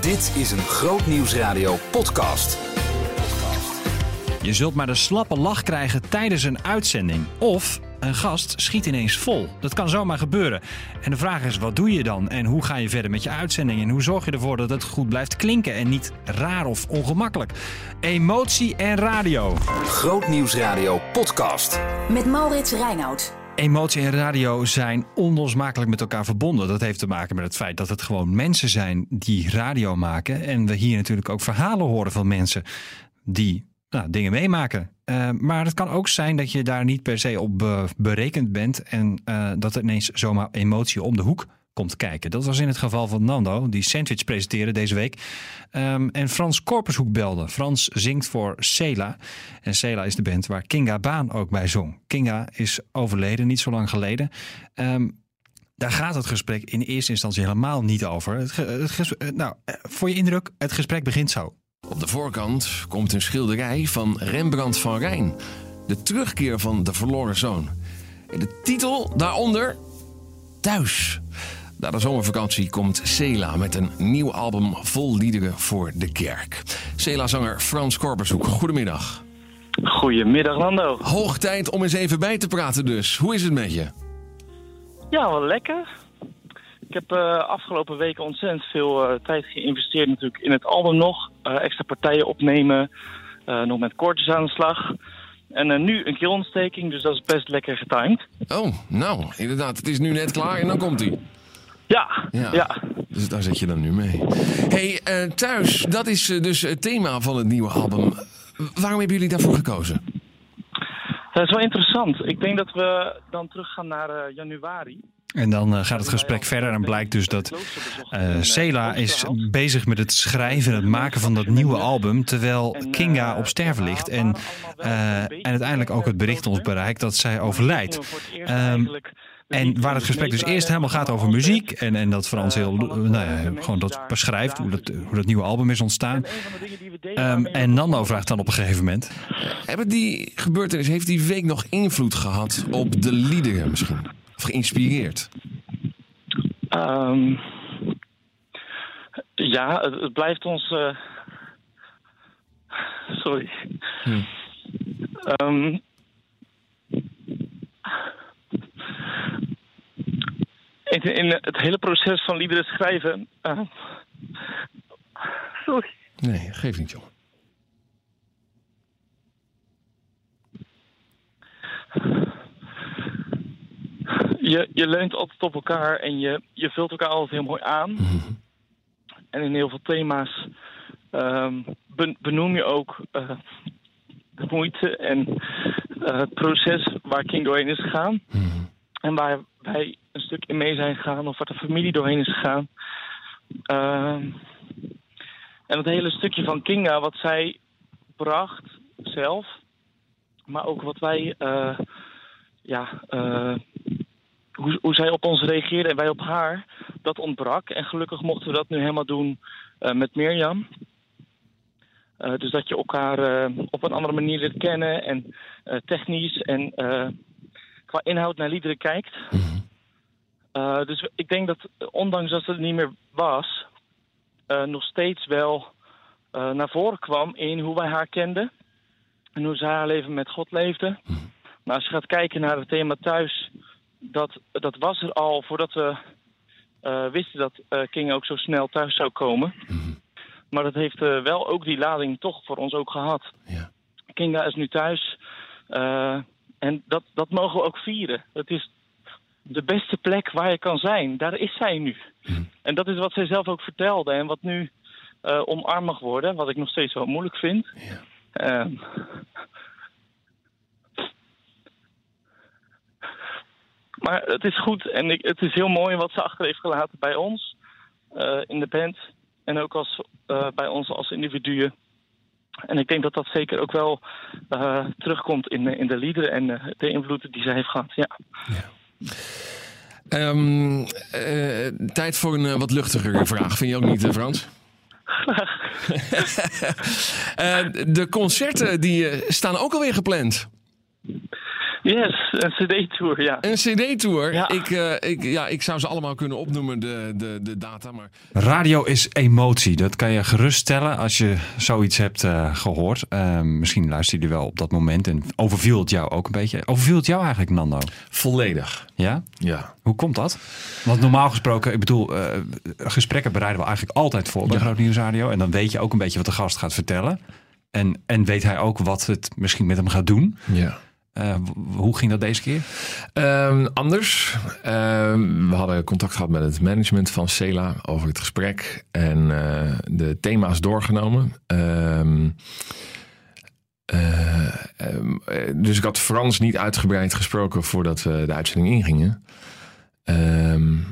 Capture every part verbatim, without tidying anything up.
Dit is een Groot Nieuwsradio podcast. Je zult maar de slappe lach krijgen tijdens een uitzending. Of een gast schiet ineens vol. Dat kan zomaar gebeuren. En de vraag is, wat doe je dan? En hoe ga je verder met je uitzending? En hoe zorg je ervoor dat het goed blijft klinken en niet raar of ongemakkelijk? Emotie en radio. Groot Nieuwsradio podcast. Met Maurits Reinoud. Emotie en radio zijn onlosmakelijk met elkaar verbonden. Dat heeft te maken met het feit dat het gewoon mensen zijn die radio maken. En we hier natuurlijk ook verhalen horen van mensen die nou, dingen meemaken. Uh, maar het kan ook zijn dat je daar niet per se op be- berekend bent. En uh, dat er ineens zomaar emotie om de hoek komt kijken. Dat was in het geval van Nando, die Sandwich presenteerde deze week. Um, en Frans Korpershoek belde. Frans zingt voor Cela. En Cela is de band waar Kinga Baan ook bij zong. Kinga is overleden, niet zo lang geleden. Um, daar gaat het gesprek in eerste instantie helemaal niet over. Het, ge- het ges- nou, voor je indruk, het gesprek begint zo. Op de voorkant komt een schilderij van Rembrandt van Rijn. De terugkeer van de verloren zoon. En de titel daaronder: Thuis. Na de zomervakantie komt Cela met een nieuw album vol liederen voor de kerk. Cela-zanger Frans Korpershoek, goedemiddag. Goedemiddag, Nando. Hoog tijd om eens even bij te praten dus. Hoe is het met je? Ja, wel lekker. Ik heb uh, afgelopen weken ontzettend veel uh, tijd geïnvesteerd natuurlijk in het album nog. Uh, extra partijen opnemen, uh, nog met koortjes aan de slag. En uh, nu een keelontsteking, dus dat is best lekker getimed. Oh, nou, inderdaad. Het is nu net klaar en dan komt hij. Ja, ja, ja. Dus daar zit je dan nu mee. Hey, uh, Thuis, dat is uh, dus het thema van het nieuwe album. Waarom hebben jullie daarvoor gekozen? Dat is wel interessant. Ik denk dat we dan teruggaan naar uh, januari. En dan uh, gaat het gesprek verder en blijkt dus dat uh, Cela is bezig met het schrijven en het maken van dat nieuwe album, terwijl Kinga op sterven ligt. En, uh, en uiteindelijk ook het bericht ons bereikt dat zij overlijdt. Um, en waar het gesprek dus eerst helemaal gaat over muziek en, en dat Frans heel, nou ja, gewoon dat beschrijft, hoe dat, hoe dat nieuwe album is ontstaan. Um, en Nando vraagt dan op een gegeven moment: hebben die gebeurtenis, heeft die week nog invloed gehad op de liederen misschien? Of geïnspireerd? Um, ja, het, het blijft ons... Uh... Sorry. Hm. Um... In, in het hele proces van liederen schrijven... Uh... Sorry. Nee, geef niet, joh. Je, je leunt altijd op elkaar en je, je vult elkaar altijd heel mooi aan. Mm-hmm. En in heel veel thema's um, benoem je ook uh, de moeite en uh, het proces waar King doorheen is gegaan. Mm-hmm. En waar wij een stuk in mee zijn gegaan of waar de familie doorheen is gegaan. Uh, en het hele stukje van Kinga, wat zij bracht zelf, maar ook wat wij... Uh, ja... Uh, Hoe, hoe zij op ons reageerde en wij op haar, dat ontbrak. En gelukkig mochten we dat nu helemaal doen uh, met Mirjam. Uh, dus dat je elkaar uh, op een andere manier leert kennen en uh, technisch en uh, qua inhoud naar liederen kijkt. Uh, dus ik denk dat, ondanks dat het niet meer was, uh, nog steeds wel uh, naar voren kwam in hoe wij haar kenden. En hoe zij haar leven met God leefde. Maar als je gaat kijken naar het thema thuis... Dat, dat was er al voordat we uh, wisten dat uh, King ook zo snel thuis zou komen. Mm-hmm. Maar dat heeft uh, wel ook die lading toch voor ons ook gehad. Ja. Kinga is nu thuis. Uh, en dat, dat mogen we ook vieren. Het is de beste plek waar je kan zijn. Daar is zij nu. Mm-hmm. En dat is wat zij zelf ook vertelde. En wat nu uh, omarmd mag worden. Wat ik nog steeds wel moeilijk vind. Ja. Uh, Maar het is goed en ik, het is heel mooi wat ze achter heeft gelaten bij ons uh, in de band. En ook als, uh, bij ons als individuen. En ik denk dat dat zeker ook wel uh, terugkomt in, in de liederen en uh, de invloeden die zij heeft gehad. Ja. Ja. Um, uh, tijd voor een uh, wat luchtigere vraag. Vind je ook niet, uh, Frans? Graag. uh, de concerten die uh, staan ook alweer gepland. Yes, een cd-tour, ja. Een cd-tour. Ja. Ik, uh, ik, ja, ik zou ze allemaal kunnen opnoemen, de, de, de data. Maar... Radio is emotie. Dat kan je geruststellen als je zoiets hebt uh, gehoord. Uh, misschien luister je wel op dat moment en overviel het jou ook een beetje. Overviel het jou eigenlijk, Nando? Volledig. Ja? Ja. Hoe komt dat? Want normaal gesproken, ik bedoel, uh, gesprekken bereiden we eigenlijk altijd voor bij Ja. Groot Nieuws Radio. En dan weet je ook een beetje wat de gast gaat vertellen. En, en weet hij ook wat het misschien met hem gaat doen. Ja. Uh, hoe ging dat deze keer? Um, anders. Um, we hadden contact gehad met het management van Cela over het gesprek. En uh, de thema's doorgenomen. Um, uh, um, dus ik had Frans niet uitgebreid gesproken voordat we de uitzending ingingen. Um,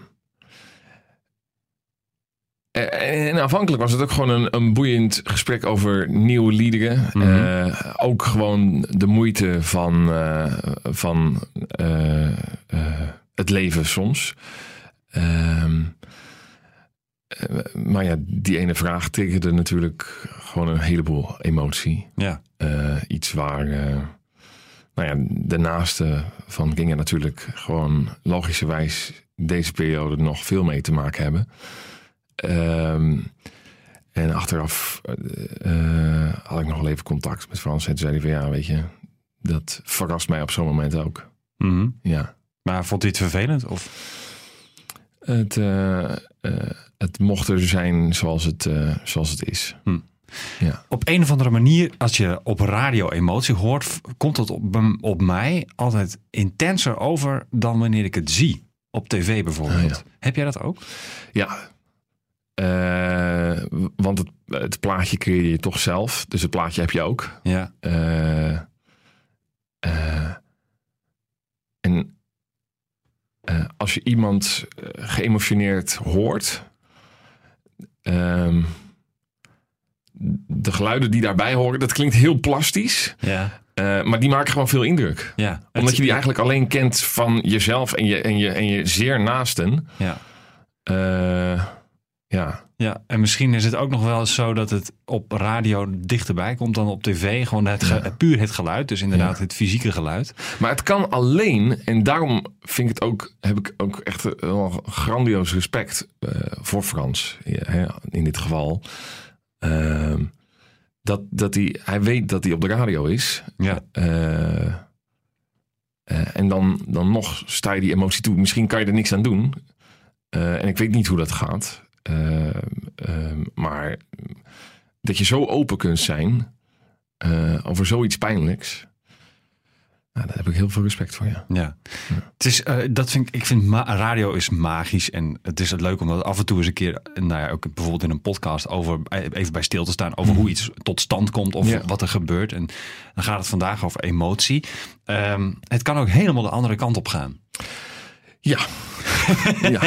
En aanvankelijk was het ook gewoon een, een boeiend gesprek over nieuwe liederen. Mm-hmm. Uh, ook gewoon de moeite van, uh, van uh, uh, het leven soms. Uh, uh, maar ja, die ene vraag triggerde natuurlijk gewoon een heleboel emotie. Ja. Uh, iets waar uh, nou ja, de naasten van Ginga natuurlijk gewoon logischerwijs deze periode nog veel mee te maken hebben. Um, en achteraf uh, had ik nog wel even contact met Frans. En toen zei hij van ja, weet je, dat verrast mij op zo'n moment ook. Mm-hmm. Ja. Maar vond hij het vervelend? Of? Het, uh, uh, het mocht er zijn zoals het, uh, zoals het is. Hm. Ja. Op een of andere manier, als je op radio emotie hoort, komt het op, op mij altijd intenser over dan wanneer ik het zie. Op tv bijvoorbeeld. Ah, ja. Heb jij dat ook? Ja. Uh, want het, het plaatje creëer je toch zelf. Dus het plaatje heb je ook. Ja. Uh, uh, en uh, als je iemand uh, geëmotioneerd hoort, um, de geluiden die daarbij horen, dat klinkt heel plastisch. Ja. Uh, maar die maken gewoon veel indruk. Ja. Omdat het, je die eigenlijk alleen kent van jezelf en je, en je, en je zeer naasten. Ja. Uh, Ja. Ja, en misschien is het ook nog wel eens zo dat het op radio dichterbij komt dan op tv. Gewoon het ge- ja. puur het geluid, dus inderdaad ja. het fysieke geluid. Maar het kan alleen, en daarom vind ik het ook, heb ik ook echt een grandioos respect uh, voor Frans. Ja, hè, in dit geval. Uh, dat, dat hij, hij weet dat hij op de radio is. Ja. Uh, uh, en dan, dan nog sta je die emotie toe. Misschien kan je er niks aan doen. Uh, en ik weet niet hoe dat gaat. Uh, uh, maar dat je zo open kunt zijn uh, over zoiets pijnlijks, nou, daar heb ik heel veel respect voor. Ja. Ja. Ja. Het is, uh, dat vind ik, ik vind ma- radio is magisch en het is het leuk om dat af en toe eens een keer, nou ja, ook bijvoorbeeld in een podcast over even bij stil te staan over mm. hoe iets tot stand komt of ja. wat er gebeurt. En dan gaat het vandaag over emotie. Um, het kan ook helemaal de andere kant op gaan. Ja. ja.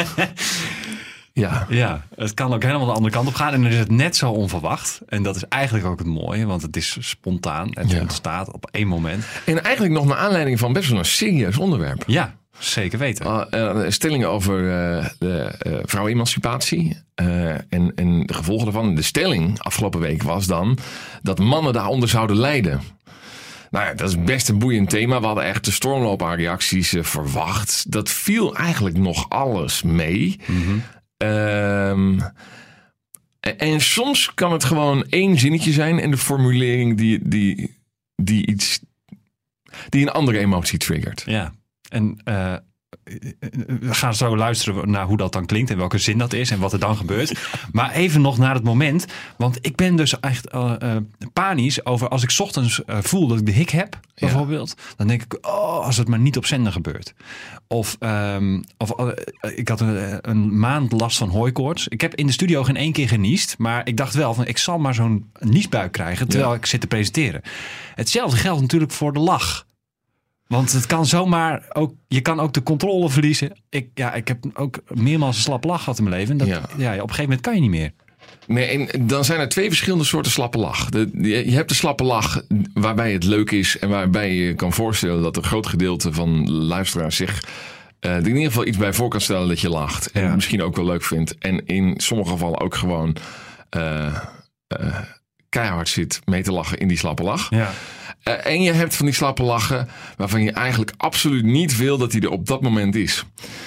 Ja. ja, het kan ook helemaal de andere kant op gaan. En dan is het net zo onverwacht. En dat is eigenlijk ook het mooie, want het is spontaan. Het ja. ontstaat op één moment. En eigenlijk nog naar aanleiding van best wel een serieus onderwerp. Ja, zeker weten. Uh, uh, stellingen over uh, de uh, vrouwenemancipatie uh, en, en de gevolgen daarvan. De stelling afgelopen week was dan dat mannen daaronder zouden lijden. Nou ja, dat is best een boeiend thema. We hadden echt de stormloop aan reacties uh, verwacht. Dat viel eigenlijk nog alles mee. Mm-hmm. Um, en, en soms kan het gewoon één zinnetje zijn en de formulering die, die, die iets die een andere emotie triggert. Ja, en uh, we gaan zo luisteren naar hoe dat dan klinkt en welke zin dat is en wat er dan gebeurt. Maar even nog naar het moment, want ik ben dus echt uh, uh, panisch over als ik 's ochtends uh, voel dat ik de hik heb, bijvoorbeeld. Ja. Dan denk ik, oh, als het maar niet op zender gebeurt. Of, um, of uh, ik had een, een maand last van hooikoorts. Ik heb in de studio geen één keer geniest, maar ik dacht wel van ik zal maar zo'n niesbuik krijgen terwijl ja. ik zit te presenteren. Hetzelfde geldt natuurlijk voor de lach. Want het kan zomaar ook, je kan ook de controle verliezen. Ik, ja, ik heb ook meermaals een slappe lach gehad in mijn leven. Dat, ja. Ja, op een gegeven moment kan je niet meer. Nee, en dan zijn er twee verschillende soorten slappe lach. De, je hebt de slappe lach waarbij het leuk is en waarbij je kan voorstellen dat een groot gedeelte van luisteraars zich uh, er in ieder geval iets bij voor kan stellen dat je lacht. En ja. misschien ook wel leuk vindt. En in sommige gevallen ook gewoon uh, uh, keihard zit mee te lachen in die slappe lach. Ja. Uh, en je hebt van die slappe lachen waarvan je eigenlijk absoluut niet wil dat hij er op dat moment is.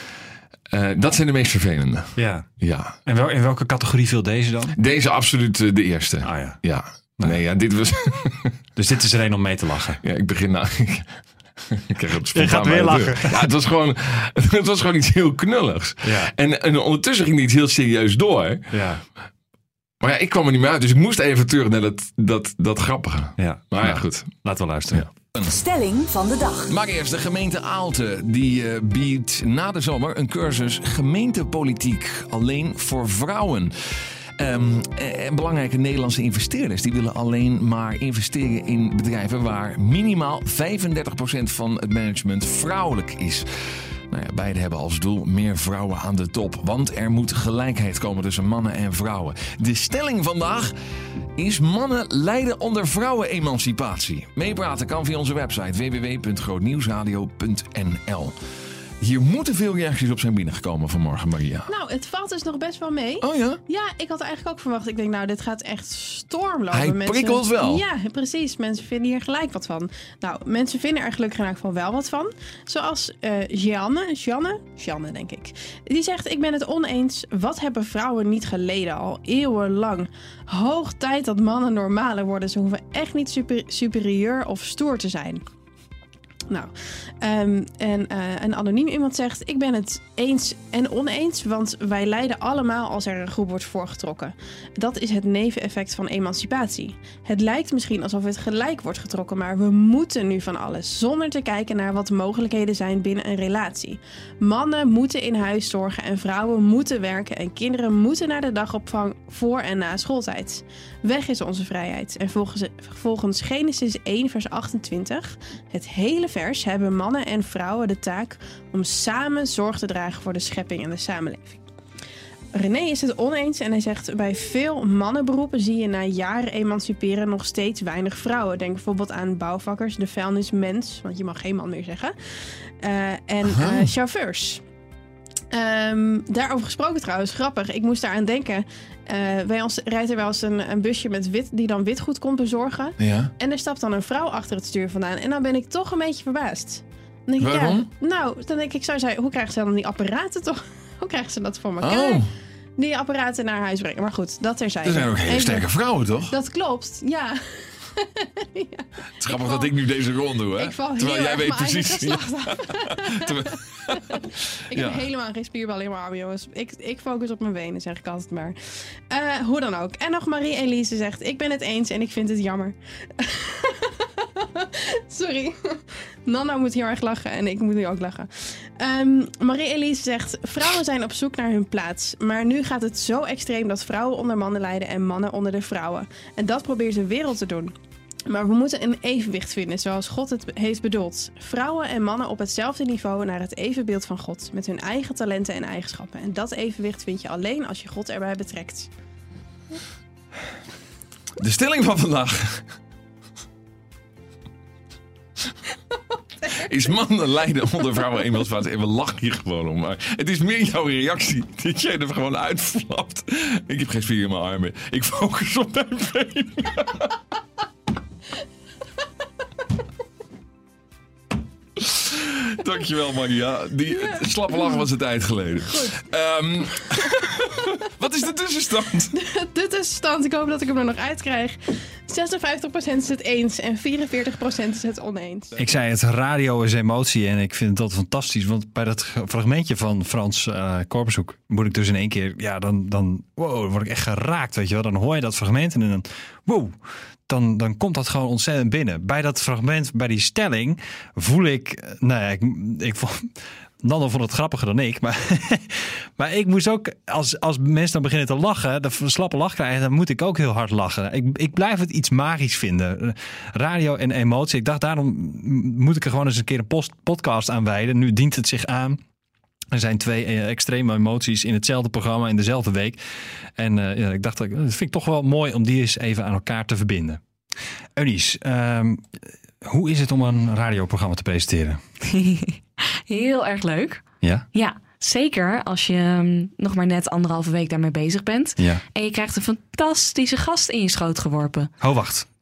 Uh, dat zijn de meest vervelende. Ja. ja. En wel, in welke categorie viel deze dan? Deze absoluut uh, de eerste. Ah ja. Ja. Nee, nee ja, dit was... Dus dit is er een om mee te lachen. Ja, ik begin nou... Ik krijg het je gaat weer lachen. Ja, het was gewoon, het was gewoon iets heel knulligs. Ja. En, en ondertussen ging iets heel serieus door. Ja. Maar ja, ik kwam er niet meer uit. Dus ik moest even terug naar dat, dat, dat grappige. Ja. Maar ja, nou, goed. Laten we luisteren. Ja. Stelling van de dag. Maar eerst de gemeente Aalten. Die uh, biedt na de zomer een cursus gemeentepolitiek alleen voor vrouwen. Um, en belangrijke Nederlandse investeerders die willen alleen maar investeren in bedrijven waar minimaal vijfendertig procent van het management vrouwelijk is. Nou ja, beide hebben als doel meer vrouwen aan de top. Want er moet gelijkheid komen tussen mannen en vrouwen. De stelling vandaag is: mannen lijden onder vrouwenemancipatie. Meepraten kan via onze website w w w punt grootnieuwsradio punt n l. Hier moeten veel reacties op zijn binnengekomen vanmorgen, Maria. Nou, het valt dus nog best wel mee. Oh ja? Ja, ik had eigenlijk ook verwacht. Ik denk, nou, dit gaat echt stormlopen. Hij mensen, prikkelt wel. Ja, precies. Mensen vinden hier gelijk wat van. Nou, mensen vinden er gelukkig in elk geval wel wat van. Zoals uh, Jeanne, Jeanne, Jeanne denk ik. Die zegt, ik ben het oneens. Wat hebben vrouwen niet geleden al eeuwenlang? Hoog tijd dat mannen normaler worden. Ze hoeven echt niet super, superieur of stoer te zijn. Nou, um, en uh, een anoniem iemand zegt, ik ben het eens en oneens, want wij lijden allemaal als er een groep wordt voorgetrokken. Dat is het neveneffect van emancipatie. Het lijkt misschien alsof het gelijk wordt getrokken, maar we moeten nu van alles, zonder te kijken naar wat mogelijkheden zijn binnen een relatie. Mannen moeten in huis zorgen en vrouwen moeten werken en kinderen moeten naar de dagopvang voor en na schooltijd. Weg is onze vrijheid. En volgens, volgens Genesis één vers achtentwintig, het hele vers, hebben mannen en vrouwen de taak om samen zorg te dragen voor de schepping en de samenleving. René is het oneens en hij zegt, bij veel mannenberoepen zie je na jaren emanciperen nog steeds weinig vrouwen. Denk bijvoorbeeld aan bouwvakkers, de vuilnismens, want je mag geen man meer zeggen, uh, en uh, chauffeurs. Um, daarover gesproken trouwens, grappig. Ik moest daaraan denken. Uh, bij ons rijdt er wel eens een, een busje met wit die dan witgoed komt bezorgen. Ja. En er stapt dan een vrouw achter het stuur vandaan. En dan ben ik toch een beetje verbaasd. Dan denk ik, waarom? Ja, nou, dan denk ik, zou zij, hoe krijgen ze dan die apparaten toch? Hoe krijgen ze dat voor elkaar? Oh. Die apparaten naar huis brengen. Maar goed, dat terzijde. Er zijn ook hele Even, sterke vrouwen, toch? Dat klopt, ja. Ja. Het is grappig dat ik nu deze rol doe, hè? Ik val Terwijl heel jij erg weet mijn eigen precies. geslacht af. Terwijl- Ik Ja. heb helemaal geen spierballen in mijn arm, jongens. Ik, ik focus op mijn benen, zeg ik altijd maar. Uh, hoe dan ook. En nog Marie-Elise zegt, ik ben het eens en ik vind het jammer. Sorry. Nana moet heel erg lachen en ik moet nu ook lachen. Um, Marie-Elise zegt, vrouwen zijn op zoek naar hun plaats. Maar nu gaat het zo extreem dat vrouwen onder mannen lijden en mannen onder de vrouwen. En dat probeert de wereld te doen. Maar we moeten een evenwicht vinden zoals God het heeft bedoeld. Vrouwen en mannen op hetzelfde niveau naar het evenbeeld van God. Met hun eigen talenten en eigenschappen. En dat evenwicht vind je alleen als je God erbij betrekt. De stelling van vandaag is: mannen lijden onder vrouwen emancipatie. En we lachen hier gewoon om. Maar het is meer jouw reactie dat jij er gewoon uitflapt. Ik heb geen spier in mijn armen. Ik focus op mijn benen. Dankjewel, Maria. Die het slappe lachen was het tijd geleden. Um, wat is de tussenstand? De tussenstand, ik hoop dat ik hem er nog uitkrijg. zesenvijftig procent is het eens en vierenveertig procent is het oneens. Ik zei het, radio is emotie en ik vind dat fantastisch. Want bij dat fragmentje van Frans uh, Korpershoek moet ik dus in één keer... Ja, dan, dan, wow, dan word ik echt geraakt, weet je wel. Dan hoor je dat fragment en dan... Wow, dan, dan komt dat gewoon ontzettend binnen. Bij dat fragment, bij die stelling, voel ik... Nou ja, ik, ik vond... Nando vond het grappiger dan ik. Maar, maar ik moest ook, als, als mensen dan beginnen te lachen, de slappe lach krijgen, dan moet ik ook heel hard lachen. Ik, ik blijf het iets magisch vinden. Radio en emotie. Ik dacht, daarom moet ik er gewoon eens een keer een post, podcast aan wijden. Nu dient het zich aan. Er zijn twee uh, extreme emoties in hetzelfde programma in dezelfde week. En uh, ja, ik dacht, dat vind ik toch wel mooi om die eens even aan elkaar te verbinden. Eunice, um, hoe is het om een radioprogramma te presenteren? Heel erg leuk. Ja? Ja, zeker als je um, nog maar net anderhalve week daarmee bezig bent. Ja. En je krijgt een fantastische gast in je schoot geworpen. Oh, wacht.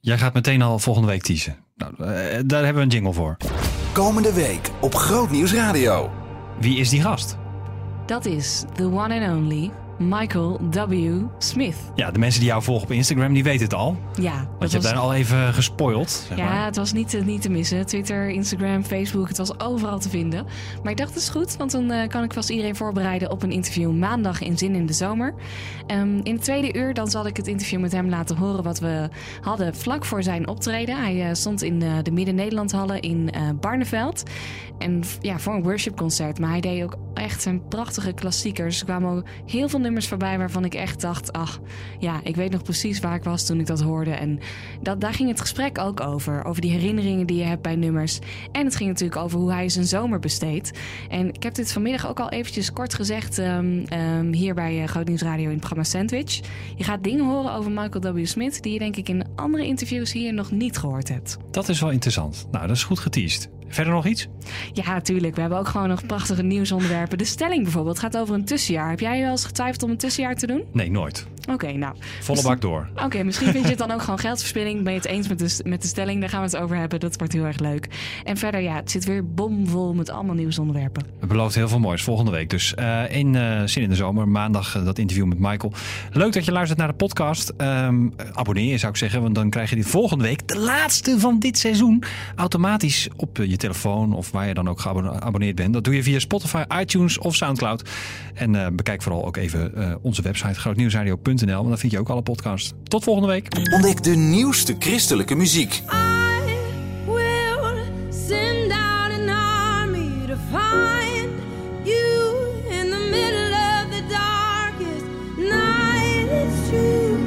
Jij gaat meteen al volgende week teasen. Nou, uh, daar hebben we een jingle voor. Komende week op Groot Nieuws Radio. Wie is die gast? Dat is the one and only Michael W. Smith. Ja, de mensen die jou volgen op Instagram, die weten het al. Ja. Want dat je hebt was... daar al even gespoild. Zeg ja, maar. het was niet, niet te missen. Twitter, Instagram, Facebook, het was overal te vinden. Maar ik dacht, het is goed, want dan uh, kan ik vast iedereen voorbereiden op een interview maandag in Zin in de Zomer. Um, in het tweede uur dan zal ik het interview met hem laten horen wat we hadden vlak voor zijn optreden. Hij uh, stond in uh, de Midden-Nederlandhallen in uh, Barneveld. En ja, voor een worshipconcert. Maar hij deed ook echt zijn prachtige klassiekers. Er kwamen ook heel veel nummers voorbij waarvan ik echt dacht... ach, ja, ik weet nog precies waar ik was toen ik dat hoorde. En dat, daar ging het gesprek ook over. Over die herinneringen die je hebt bij nummers. En het ging natuurlijk over hoe hij zijn zomer besteedt. En ik heb dit vanmiddag ook al eventjes kort gezegd... Um, um, hier bij uh, Groot Nieuws Radio in het programma Sandwich. Je gaat dingen horen over Michael W. Smith... die je denk ik in andere interviews hier nog niet gehoord hebt. Dat is wel interessant. Nou, dat is goed geteased. Verder nog iets? Ja, natuurlijk. We hebben ook gewoon nog prachtige nieuwsonderwerpen. De stelling bijvoorbeeld gaat over een tussenjaar. Heb jij wel eens getwijfeld om een tussenjaar te doen? Nee, nooit. Oké, okay, nou. Volle bak door. Oké, okay, misschien vind je het dan ook gewoon geldverspilling. Ben je het eens met de, met de stelling? Daar gaan we het over hebben. Dat wordt heel erg leuk. En verder, ja, het zit weer bomvol met allemaal nieuwsonderwerpen. Het belooft heel veel moois volgende week. Dus uh, in uh, Zin in de Zomer, maandag uh, dat interview met Michael. Leuk dat je luistert naar de podcast. Um, abonneer je, zou ik zeggen. Want dan krijg je die volgende week, de laatste van dit seizoen, automatisch op uh, je telefoon of waar je dan ook geabonneerd bent. Dat doe je via Spotify, iTunes of Soundcloud. En uh, bekijk vooral ook even uh, onze website grootnieuwsradio punt n l. Want daar vind je ook alle podcasts. Tot volgende week. Ontdek de nieuwste christelijke muziek. I will send out an army to find you in the middle of the darkest night. It's true.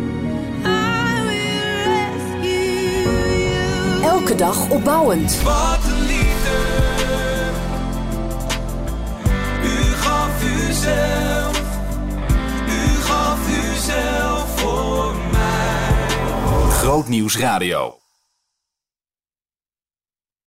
I will rescue you. Elke dag opbouwend. Wat een liefde. U gaf uzelf. U gaf uzelf voor mij. Groot Nieuws Radio.